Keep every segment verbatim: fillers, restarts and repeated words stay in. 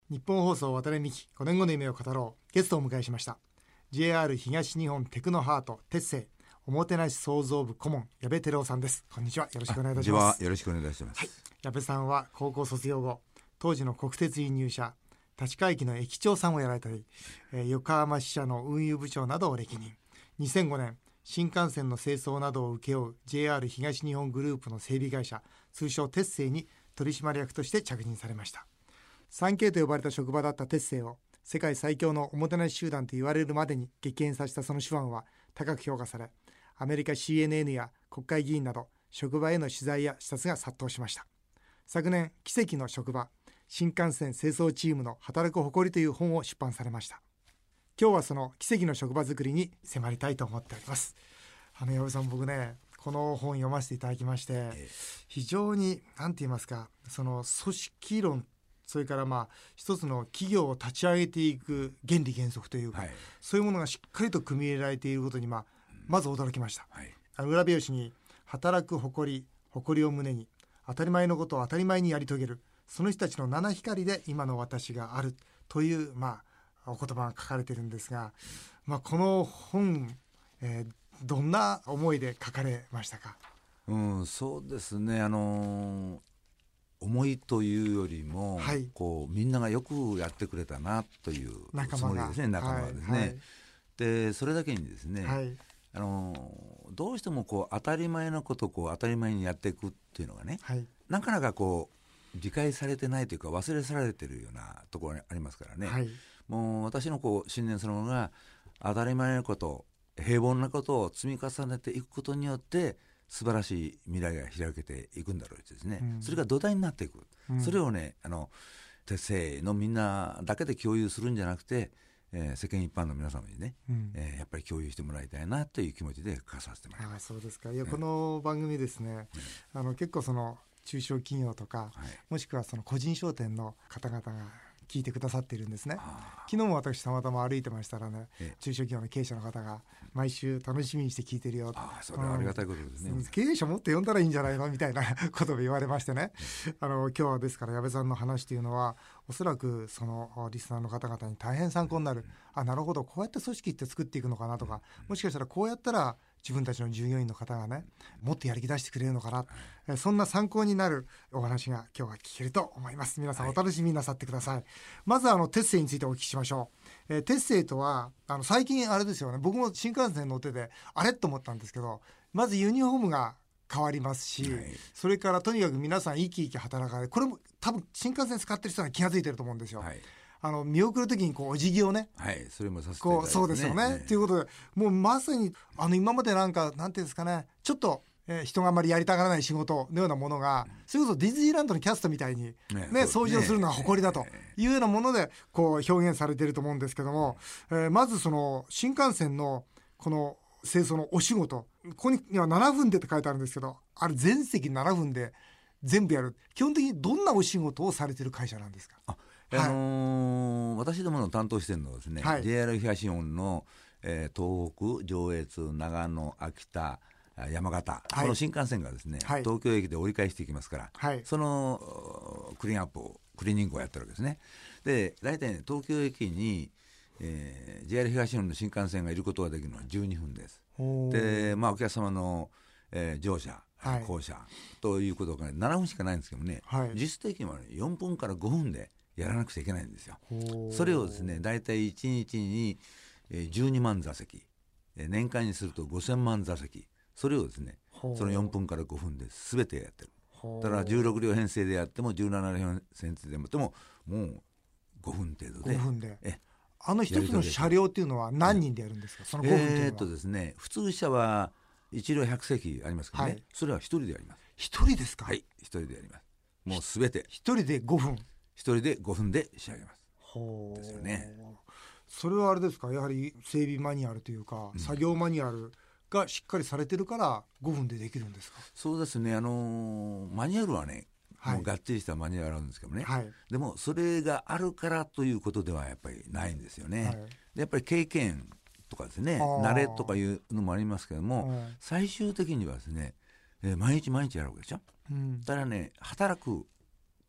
日本放送渡辺美希ごねんごの夢を語ろう。ゲストをお迎えしました。 ジェイアール 東日本テクノハートテッセイおもてなし創造部顧問矢部照夫さんです。こんにちは、よろしくお願いいたします。 よろしくお願いいたします、 はい、矢部さんは高校卒業後、当時の国鉄輸入車立川駅の駅長さんをやられたり、えー、横浜支社の運輸部長などを歴任。にせんごねん新幹線の清掃などを請け負う ジェイアール 東日本グループの整備会社、通称テッセイに取締役として着任されました。 スリーケー と呼ばれた職場だったテッセイを世界最強のおもてなし集団と言われるまでに激変させたその手腕は高く評価され、アメリカ シーエヌエヌ や国会議員など職場への取材や視察が殺到しました。昨年、奇跡の職場新幹線清掃チームの働く誇りという本を出版されました。今日はその奇跡の職場作りに迫りたいと思っております。あの矢部さん、僕ねこの本読ませていただきまして、非常に何て言いますか、その組織論、それからまあ一つの企業を立ち上げていく原理原則というか、はい、そういうものがしっかりと組み入れられていることに、まあ、まず驚きました、はい、あの裏表紙に働く誇り、誇りを胸に当たり前のことを当たり前にやり遂げる、その人たちの七光で今の私があるという、まあ、お言葉が書かれているんですが、まあ、この本、えー、どんな思いで書かれましたか？ うん、そうですね、あのー思いというよりも、はい、こうみんながよくやってくれたなというつもりですね、仲間がですね、はいはい、でそれだけにですね、はい、あのどうしてもこう当たり前のことをこう当たり前にやっていくっていうのがね、はい、なかなかこう理解されてないというか忘れ去られているようなところがありますからね、はい、もう私のこう信念そのものが当たり前のこと、平凡なことを積み重ねていくことによって素晴らしい未来が開けていくんだろうですね、うん、それが土台になっていく、うん、それをね、あのテッセイのみんなだけで共有するんじゃなくて、えー、世間一般の皆様にね、うんえー、やっぱり共有してもらいたいなという気持ちで書かさせてもらいます。 あ、そうですか。いや、この番組ですね、うん、あの結構その中小企業とか、はい、もしくはその個人商店の方々が聞いてくださっているんですね。昨日も私たまたま歩いてましたらね、中小企業の経営者の方が毎週楽しみにして聞いてるよ。 あ、それはありがたいことですね、 うん、経営者もっと呼んだらいいんじゃないのみたいなことを言われましてね、あの今日はですから矢部さんの話というのはおそらくそのリスナーの方々に大変参考になる、あ、なるほど、こうやって組織って作っていくのかなとか、もしかしたらこうやったら自分たちの従業員の方がねもっとやる気出してくれるのかな、えそんな参考になるお話が今日は聞けると思います。皆さんお楽しみになさってください、はい、まずあのテッセイについてお聞きしましょう。えー、テッセイとはあの最近あれですよね、僕も新幹線乗っててあれと思ったんですけど、まずユニフォームが変わりますし、はい、それからとにかく皆さん生き生き働かれる、これも多分新幹線使ってる人は気が付いてると思うんですよ、はい、あの見送るときにこうお辞儀をね、 はい、それもさせていただいて、ね、 そうですよね、と、ね、いうことで、もうまさにあの今までなんかなんていうんですかね、ちょっと、えー、人があんまりやりたがらない仕事のようなものが、うん、それこそディズニーランドのキャストみたいに、ねね、掃除をするのは誇りだというようなものでこう表現されていると思うんですけども、えー、まずその新幹線のこの清掃のお仕事、ここにはななふんでって書いてあるんですけど、あれ全席ななふんで全部やる、基本的にどんなお仕事をされている会社なんですか？ あ、あのーはい、私どもの担当しているのはですね、はい、ジェイアール 東日本の、えー、東北、上越、長野、秋田、山形、はい、この新幹線がですね、はい、東京駅で折り返していきますから、はい、そのクリーンアップをクリーニングをやってるわけですね。で大体、ね、東京駅に、えー、ジェイアール 東日本の新幹線がいることができるのはじゅうにふんです。で、まあ、お客様の、えー、乗車、はい、降車ということがななふんしかないんですけどね、はい、実質的には、ね、よんぷんからごふんでやらなくちゃいけないんですよ。それをですね、だいたいいちにちにじゅうにまんざせき、年間にするとごせんまんざせき、それをですね、そのよんぷんからごふんで全てやってる。だからじゅうろくりょう編成でやってもじゅうななりょう編成でやってももうごふん程度で、 ごふんでえあの一つの車両っていうのは何人でやるんですか？そのごふんっていうのは。 えーっとですね、普通車はいちりょうひゃくせきありますからね、はい、それは一人でやります。 一人ですか？ はい、一人でやります。もうすべて一人でごふん、 一人でごふんで仕上げます。ほですよね。 それはあれですか、やはり整備マニュアルというか、うん、作業マニュアルがしっかりされてるからごふんでできるんですか？そうですね、 あのー、マニュアルはね、はい、もうがっちりしたマニュアルあるんですけどね、はい、でもそれがあるからということではやっぱりないんですよね、はい、でやっぱり経験とかですね、慣れとかいうのもありますけども、最終的にはですね、えー、毎日毎日やるわけでしょ、うん、ただね、働く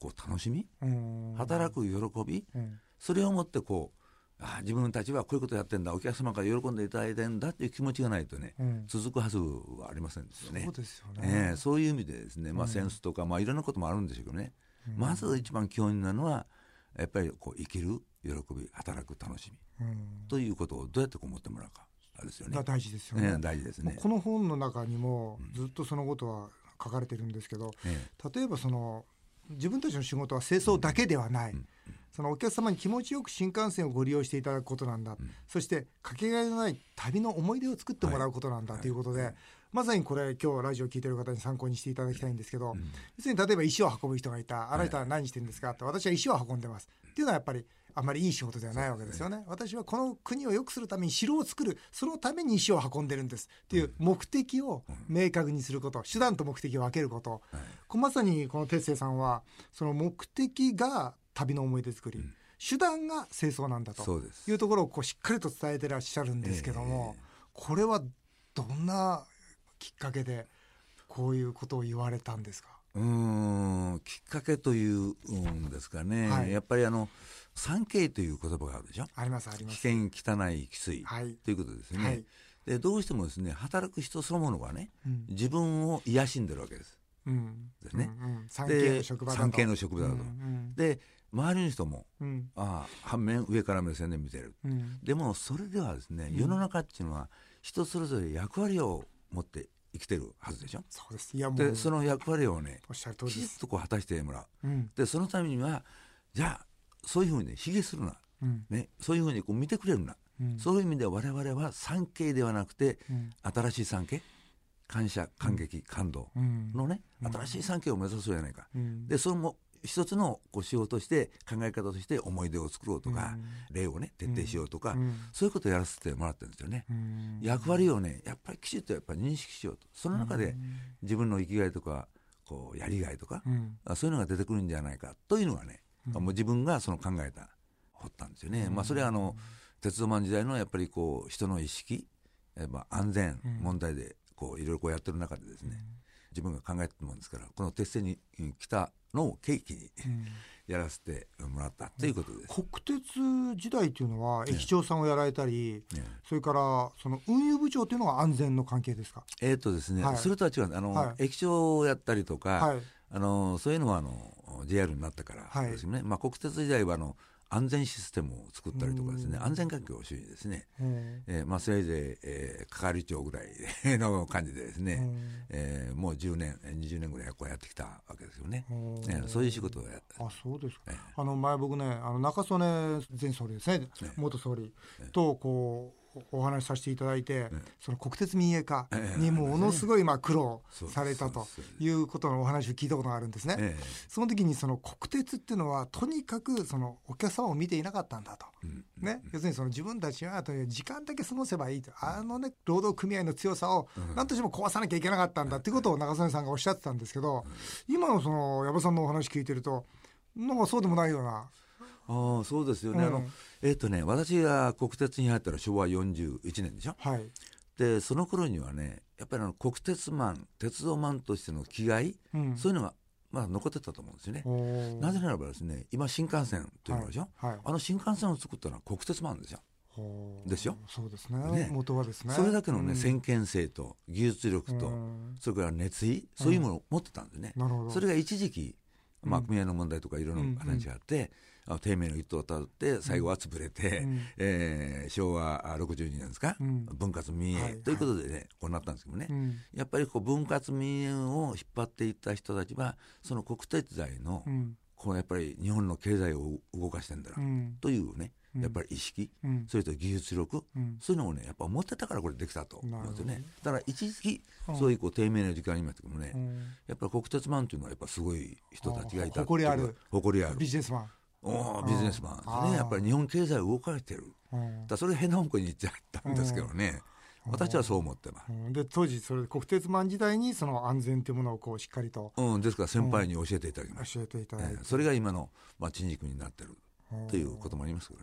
こう楽しみ、働く喜び、うん、それをもってこうあ自分たちはこういうことやってんだ、お客様から喜んでいただいてんだっていう気持ちがないとね、うん、続くはずはありませんですよね。 そうですよね、 えー、そういう意味でですね、まあ、センスとか、まあ、いろんなこともあるんでしょうけどね、うん、まず一番基本なのはやっぱりこう生きる喜び、働く楽しみ、うん、ということをどうやってこう持ってもらうかですよね。 が大事ですよね、 えー、大事ですね。 この本の中にもずっとそのことは書かれてるんですけど、うん、例えばその自分たちの仕事は清掃だけではない、うん、そのお客様に気持ちよく新幹線をご利用していただくことなんだ、うん、そしてかけがえのない旅の思い出を作ってもらうことなんだということで、はいはい、まさにこれ今日ラジオを聞いている方に参考にしていただきたいんですけど、うん、要するに例えば石を運ぶ人がいた、あなたは何してるんですかって、私は石を運んでますっていうのはやっぱりあまりいい仕事ではないわけですよね。私はこの国を良くするために城を作る、そのために石を運んでるんですっていう目的を明確にすること、手段と目的を分けること、はい、まさにこの哲星さんはその目的が旅の思い出作り、うん、手段が清掃なんだというところをこうしっかりと伝えてらっしゃるんですけども、えー、これはどんなきっかけでこういうことを言われたんですか？ うーんきっかけというんですかね、はい、やっぱりあの スリーケー という言葉があるでしょ。 ありますあります。 危険、汚い、きつい、はい、ということですね、はい、でどうしてもですね働く人そのものがね、うん、自分を癒しんでるわけです、うん、ですね、うんうん、スリーケー の職場だと スリーケー の職場だと、うんうん、で周りの人も、うん、あ反面上から目線で見てる、うん、でもそれではですね、世の中っていうのは人それぞれ役割を持って生きてるはずでしょ。 そうです。いやもうでその役割をねおっしゃる通りです。 きちっとこう果たしてもらう、うん、でそのためにはじゃあそういうふうに卑下するな、うんね、そういうふうにこう見てくれるな、うん、そういう意味で我々は スリーケー ではなくて、うん、新しい スリーケー 感謝感激、うん、感動のね、うん、新しい スリーケー を目指そうじゃないか、うん、でそれも一つのこう仕事として考え方として思い出を作ろうとか、うん、例をね徹底しようとか、うん、そういうことをやらせてもらってるんですよね、うん、役割をねやっぱりきちっとやっぱり認識しようと、その中で自分の生きがいとかこうやりがいとか、うん、そういうのが出てくるんじゃないかというのがね、うん、もう自分がその考えた掘ったんですよね、うん、まあ、それはあの鉄道マン時代のやっぱりこう人の意識、やっぱ安全問題でこういろいろこうやってる中でですね、うん、自分が考えてるもんですから、この鉄線に来たのを契機に、うん、やらせてもらったということです。 国鉄時代というのは駅長さんをやられたり、ねね、それからその運輸部長というのは安全の関係ですか？ えーとですね、はい、それとは違う、あの、はい、駅長をやったりとか、はい、あのそういうのはあの ジェイアール になったからですね、はい、まあ、国鉄時代はあの安全システムを作ったりとかですね、安全環境を主にですね、えーまあ、せいぜい、えー、係長ぐらいの感じでですね、えー、もうじゅうねんにじゅうねんぐらいこうやってきたわけですよね、えー、そういう仕事をやって。 あ、そうですか、えー、あの前僕ね、あの中曽根前総理ですね、ね元総理とこうお話しさせていただいて、ええ、その国鉄民営化にものすごいまあ苦労されたということのお話を聞いたことがあるんですね、ええ、その時にその国鉄っていうのはとにかくそのお客様を見ていなかったんだと、うんね、要するにその自分たちはという時間だけ過ごせばいいと、あのね労働組合の強さを何としても壊さなきゃいけなかったんだということを中曽根さんがおっしゃってたんですけど、今のその矢部さんのお話聞いてるとなんかそうでもないような。 ああ、そうですよね、うん、あのえーとね、私が国鉄に入ったらしょうわよんじゅういちねんでしょ、はい、でその頃にはねやっぱりあの国鉄マン鉄道マンとしての気概、うん、そういうのがまあ残ってたと思うんですよね。なぜならばですね、今新幹線というのでしょ、はいはい、あの新幹線を作ったのは国鉄マンですよ。ですよ。 そうです ね, ね元はですね、 それだけのね、うん、先見性と技術力と、それから熱意、そういうものを持ってたんですね、うん、それが一時期、まあ、組合の問題とかいろいろな話があって、うんうん低迷の一途をたどって最後は潰れて、うんえー、しょうわろくじゅうにねんですか、うん、分割民営、はい、ということで、ねはい、こうなったんですけどね、うん、やっぱりこう分割民営を引っ張っていった人たちはその国鉄財の、うん、こうやっぱり日本の経済を動かしてんだな、うん、というねやっぱり意識、うん、それと技術力、うん、そういうのをねやっぱ持ってたからこれできたと思うんですよね。だから一時期、うん、そういうこう低迷の時間ありましたけどね、うん、やっぱり国鉄マンというのはやっぱすごい人たちがいた、 誇りある誇りあるビジネスマンおビジネスマンですね。やっぱり日本経済を動かしてる、だそれ変な方向に行っちゃったんですけどね、私はそう思ってます。 で当時それ国鉄マン時代にその安全というものをこうしっかりと、 うん、ですから先輩に教えていただきました、 教えていただいて、 えー、それが今の、まあ、地軸になってるということもありますけどね。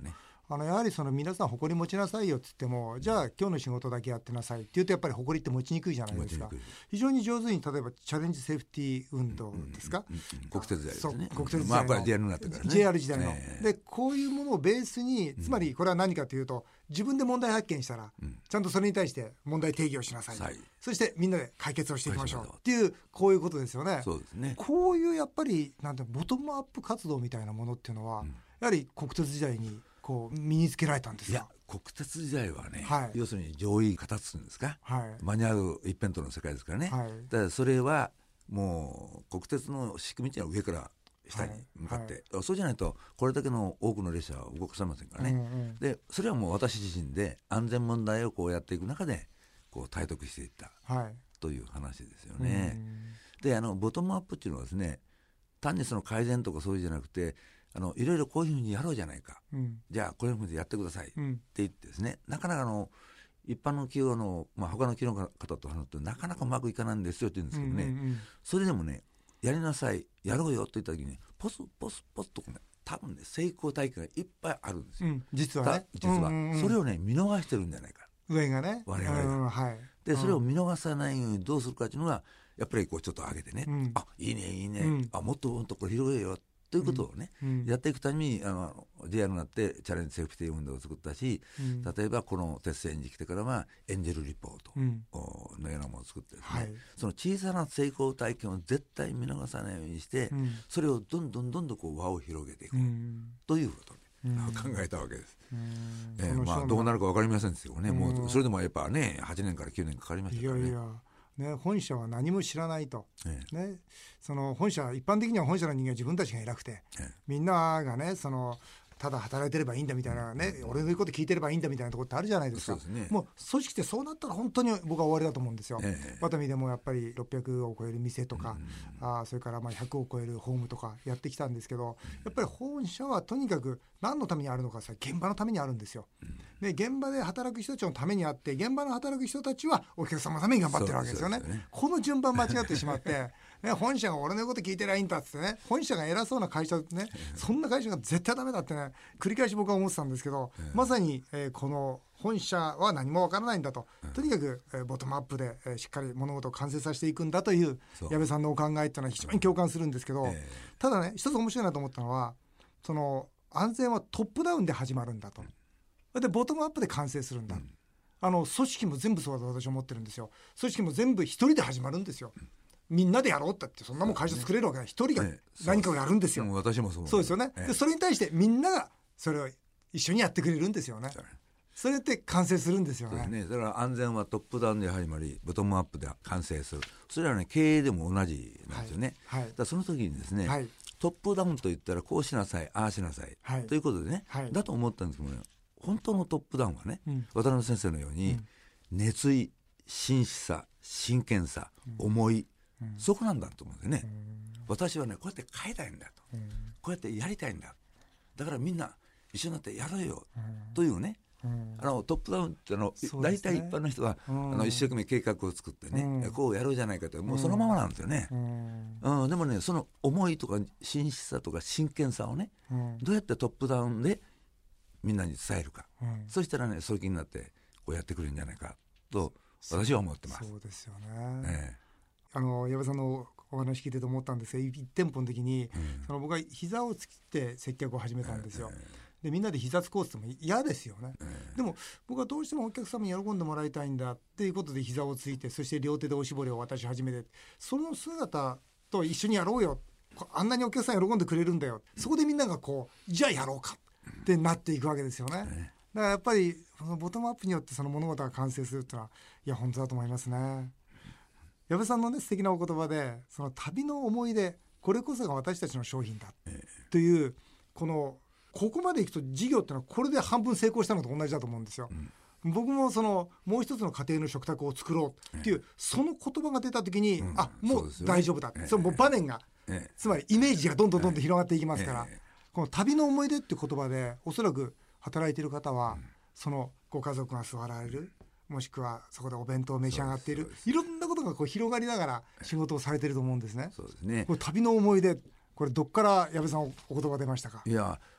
あのやはりその皆さん誇り持ちなさいよって言っても、じゃあ今日の仕事だけやってなさいって言うとやっぱり誇りって持ちにくいじゃないですか。非常に上手に例えばチャレンジセーフティー運動ですか、 うんうんうんうん、国鉄時代ですね。 国鉄時代の、 まあこれ ジェイアール になってからねジェイアール 時代の、 えー、 でこういうものをベースに、つまりこれは何かというと、自分で問題発見したら、うん、ちゃんとそれに対して問題定義をしなさい、はい、そしてみんなで解決をしていきましょうっていう、こういうことですよね。 そうですね。 こういうやっぱりなんてボトムアップ活動みたいなものっていうのは、うん、やはり国鉄時代にこう身につけられたんですか。 いや国鉄時代はね、 はい、 要するに上位形つんですか、はい、間に合う一辺倒の世界ですからね、はい、だからそれはもう国鉄の仕組みっていうのは上から下に向かって、はいはい、そうじゃないとこれだけの多くの列車は動かせませんからね、うんうん、でそれはもう私自身で安全問題をこうやっていく中でこう体得していった、はい、という話ですよね。であのボトムアップっていうのはですね、単にその改善とかそういうじゃなくて、あのいろいろこういうふうにやろうじゃないか、うん、じゃあこういうふうにやってくださいって言ってですね、うん、なかなかの一般の企業の、まあ、他の企業の方と話すとなかなかうまくいかないんですよって言うんですけどね、うんうんうん、それでもねやりなさいやろうよと言った時にポスポスポスとかね、多分ね成功体験がいっぱいあるんですよ、うん、 実はね実は、うんうんうん、それをね見逃してるんじゃないか、 上がね我々が、うんはい、でそれを見逃さないようにどうするかっていうのはやっぱりこうちょっと上げてね、うん、あいいねいいね、うん、あもっともっとこれ広げようということをね、うんうん、やっていくためにあの ジェイアール になってチャレンジセーフティー運動を作ったし、うん、例えばこの鉄線に来てからはエンジェルリポートのようなものを作ってですね、うん、その小さな成功体験を絶対見逃さないようにして、うん、それをどんどんどんどんこう輪を広げていく、うん、ということを、ね、うん、考えたわけです、うんえーまあ、どうなるか分かりませんですよね、うん、もうそれでもやっぱねはちねんからきゅうねんかかりましたからね。いやいやね、本社は何も知らないと、ええね、その本社一般的には本社の人間は自分たちが偉くて、ええ、みんながねそのただ働いてればいいんだみたいなね、うん、俺の言うこと聞いてればいいんだみたいなところってあるじゃないですか。そうですね、もう組織ってそうなったら本当に僕は終わりだと思うんですよ、ええ、ワタミでもやっぱりろっぴゃくを超える店とか、うん、あそれからまあひゃくを超えるホームとかやってきたんですけど、やっぱり本社はとにかく何のためにあるのかさ、現場のためにあるんですよ、うん、で現場で働く人たちのためにあって、現場の働く人たちはお客様のために頑張ってるわけですよね。そうですよね。この順番間違ってしまってね、本社が俺の言うこと聞いてりゃいいんだっつってね、本社が偉そうな会社ね、そんな会社が絶対ダメだってね、繰り返し僕は思ってたんですけど、まさに、えー、この本社は何もわからないんだと、とにかく、えー、ボトムアップで、えー、しっかり物事を完成させていくんだという矢部さんのお考えっていうのは非常に共感するんですけど、ただね一つ面白いなと思ったのは、その安全はトップダウンで始まるんだと、でボトムアップで完成するんだ、うん、あの組織も全部そうだと私は思ってるんですよ。組織も全部一人で始まるんですよ。みんなでやろうってってそんなもん会社作れるわけない、一人が何かをやるんですよ、 ね、私もそうそうですよね、ええ、でそれに対してみんながそれを一緒にやってくれるんですよね。それって完成するんですよね。 そうですね。だから安全はトップダウンで始まりボトムアップで完成する。それはね経営でも同じなんですよね、はいはい、だからその時にですね、はい、トップダウンといったらこうしなさいああしなさい、はい、ということでね、はい、だと思ったんですけどね、本当のトップダウンはね、うん、渡辺先生のように、うん、熱意真摯さ真剣さ、うん、思い、うん、そこなんだと思うんですよね、うん、私はねこうやって変えたいんだと、うん、こうやってやりたいんだ、だからみんな一緒になってやろうよ、うん、というね、うん、あのトップダウンってあの、ね、大体一般の人は、うん、あの一生懸命計画を作ってね、うん、こうやろうじゃないかともうそのままなんですよね、うんうん、でもねその思いとか真摯さとか真剣さをね、うん、どうやってトップダウンでみんなに伝えるか、うん、そしたらねそういう気になってこうやってくるんじゃないかと私は思ってます。 そうですよね、ええ、あの矢部さんのお話聞いてて思ったんですが、一店舗の時に、うん、その僕は膝をつきて接客を始めたんですよ、ええ、でみんなで膝つこうって言っても嫌ですよね、ええ、でも僕はどうしてもお客様に喜んでもらいたいんだっていうことで膝をついて、そして両手でおしぼりを渡し始めて、その姿と一緒にやろうよ、あんなにお客さん喜んでくれるんだよ、そこでみんながこうじゃあやろうかってなっていくわけですよね、ええ、だからやっぱりそのボトムアップによってその物事が完成するっていうのは、いや本当だと思いますね。矢部さんのね素敵なお言葉で、その旅の思い出これこそが私たちの商品だという、このここまでいくと事業ってのはこれで半分成功したのと同じだと思うんですよ、うん、僕もそのもう一つの家庭の食卓を作ろうっていう、その言葉が出た時に、うん、あもう大丈夫だ、そ, そのもう場面が、ええ、つまりイメージがどんどんどんどん広がっていきますから、ええ、この旅の思い出っていう言葉でおそらく働いている方は、うん、そのご家族が座られる、もしくはそこでお弁当を召し上がっている、いろんなことがこう広がりながら仕事をされていると思うんですね。 そうですね。 これ旅の思い出、これどっから矢部さんお言葉出ましたか？ いや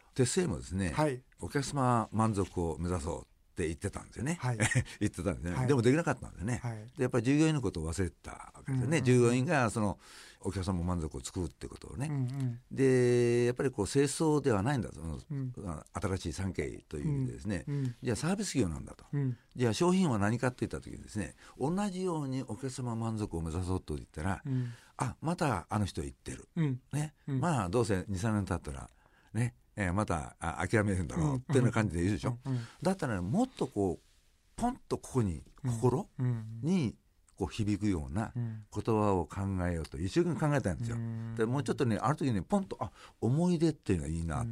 鉄製もですね、 はい、 お客様満足を目指そうって言ってたんですよね、 はい、 言ってたんですね、 はい、 でもできなかったんでね、 はい、 でやっぱり従業員のことを忘れてたわけですよね、うんうん、従業員がそのお客様満足を作るってことをね、うんうん、でやっぱりこう清掃ではないんだと、うん、新しい産経という意味でですね、うんうん、じゃあサービス業なんだと、うん、じゃあ商品は何かって言った時にですね、同じようにお客様満足を目指そうと言ったら、うん、あまたあの人言ってる、うんねうん、まあどうせ にさんねん経ったらね、えー、またあ諦めるんだろうっていうような感じで言うでしょ、うんうん、だったら、ね、もっとこうポンとここに心にこう響くような言葉を考えようと一生懸命考えたんですよ、うん、でもうちょっとねある時にポンとあ思い出っていうのがいいなって、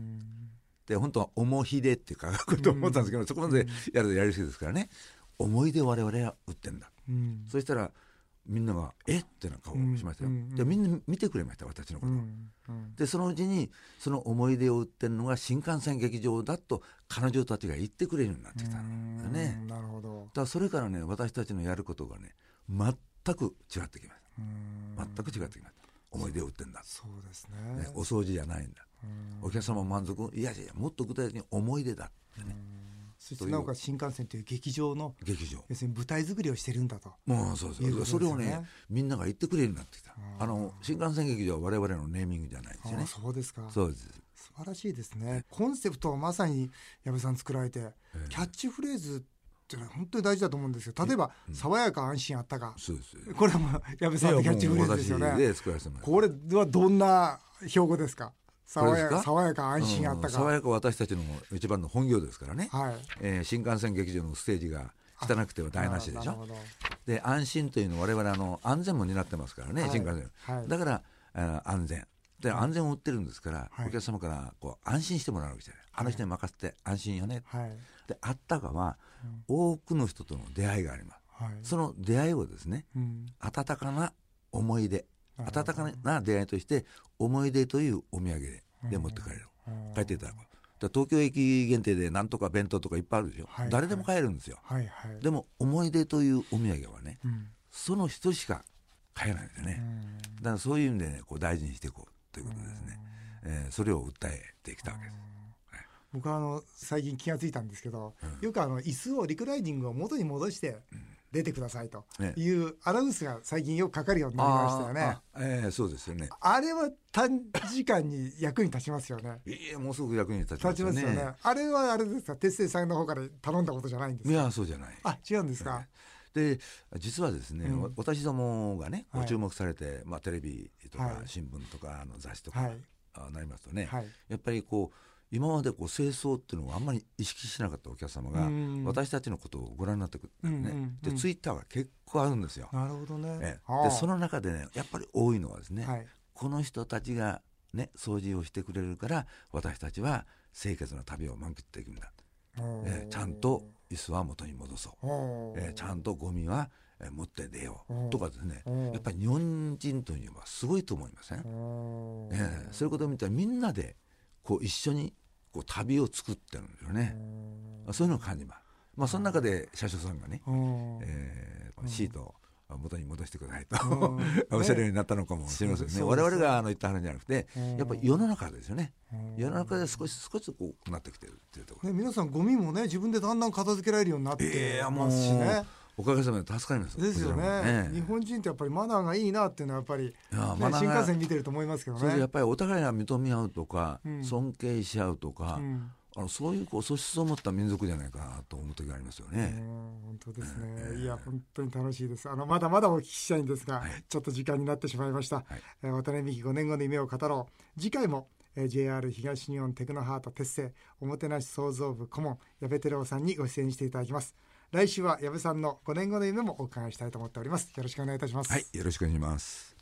うん、本当は思い出っていうかことを思ったんですけど、うん、そこまでやるとやりすぎですからね、思い出を我々は売ってんだ、うん、そしたらみんながえってな顔をしましたよ、うんうんうん、でみんな見てくれました私のこと、うんうん、でそのうちにその思い出を売ってるのが新幹線劇場だと彼女たちが言ってくれるようになってきたんだよね。 なるほど。 だからそれからね私たちのやることがね全く違ってきました。全く違ってきました。思い出を売ってんだ。 そうですね。 ねお掃除じゃないんだ。お客様満足いやいやもっと具体的に思い出だってね。 そしてなおかつ新幹線という劇場の劇場要するに舞台作りをしてるんだと。 もうそうそう、ね、それをねみんなが言ってくれるようになってきた。あの新幹線劇場は我々のネーミングじゃないですよね。 あそうですか。 そうです。 素晴らしいですね。コンセプトはまさに矢部さん作られて、えー、キャッチフレーズっていうのは本当に大事だと思うんですよ。例えば、うん、爽やか安心あったか、 そうです。 これも矢部さんのキャッチフレーズですよね。 で作らせてもらいます。 これはどんな標語ですか。爽やか、爽やか安心あったか、 うん、爽やか私たちの一番の本業ですからね、はいえー、新幹線劇場のステージが汚くては台無しでしょ。で安心というのは我々あの安全も担ってますからね、はい、新幹線、はい、だからあ安全で安全を売ってるんですから、はい、お客様からこう安心してもらうわけですよね、はい、あの人に任せて安心よね、はい、であったかは、うん、多くの人との出会いがあります、はい、その出会いをですね、うん、温かな思い出温かな出会いとして思い出というお土産でで持って帰る、うん、帰っていただく。だ東京駅限定でなんとか弁当とかいっぱいあるでしょ、はいはい、誰でも買えるんですよ、はいはい、でも思い出というお土産はね、うん、その人しか買えないんですよね、うん、だからそういう意味で、ね、こう大事にしていこうということですね、うんえー、それを訴えてきたわけです、はい、 僕はあの最近気がついたんですけど、うん、よくあの椅子をリクライニングを元に戻して出てくださいというアナウンスが最近よくかかるようになりましたよね。 ああ、えー、そうですよね。 あれは短時間に役に立ちますよね。 いやもうすぐ役に立ちますよ ね, 立ちますよね。あれはあれですか、鉄星さんの方から頼んだことじゃないんですか。 いやそうじゃない。 あ違うんですか。 で実はですね、うん、私どもがねご注目されて、はいまあ、テレビとか新聞とかあの雑誌とか、はい、なりますとね、はい、やっぱりこう今までこう清掃っていうのをあんまり意識しなかったお客様が私たちのことをご覧になってくるんですね、うんうんうん、でツイッターが結構あるんですよ。 なるほどね。 えでその中でねやっぱり多いのはですね、はい、この人たちがね掃除をしてくれるから私たちは清潔な旅を満喫できるんだ、えちゃんと椅子は元に戻そう、えちゃんとゴミは持って出ようとかですね、やっぱり日本人というのはすごいと思いません、えそういうことを見たらみんなでこう一緒にこう旅を作ってるんですよね。そういうのを感じます。まあその中で車掌さんがね、えー、シートを元に戻してくださいとおっしゃるようになったのかもしれませんね。我々があの言った話じゃなくて、やっぱり世の中ですよね。世の中で少し少しこうなってきてるっていうところ、 ね、皆さんゴミもね自分でだんだん片付けられるようになってますしね。 おかげさまで助かりますですよ ね, ね日本人ってやっぱりマナーがいいなっていうのはやっぱり、ね、新幹線見てると思いますけどね。 それでやっぱりお互いが認め合うとか、うん、尊敬し合うとか、うん、あのそういうこう素質を持った民族じゃないかなと思う時がありますよね。 本当ですね、えー、いや本当に楽しいです。あのまだまだお聞きしたいんですが、はい、ちょっと時間になってしまいました、はいえー、渡辺美希ごねんごの夢を語ろう。次回もジェイアール 東日本テクノハート鉄製おもてなし創造部顧問矢部照夫さんにご出演していただきます。来週は矢部さんのごねんごの夢もお伺いしたいと思っております。よろしくお願いいたします。 はい、よろしくお願いします。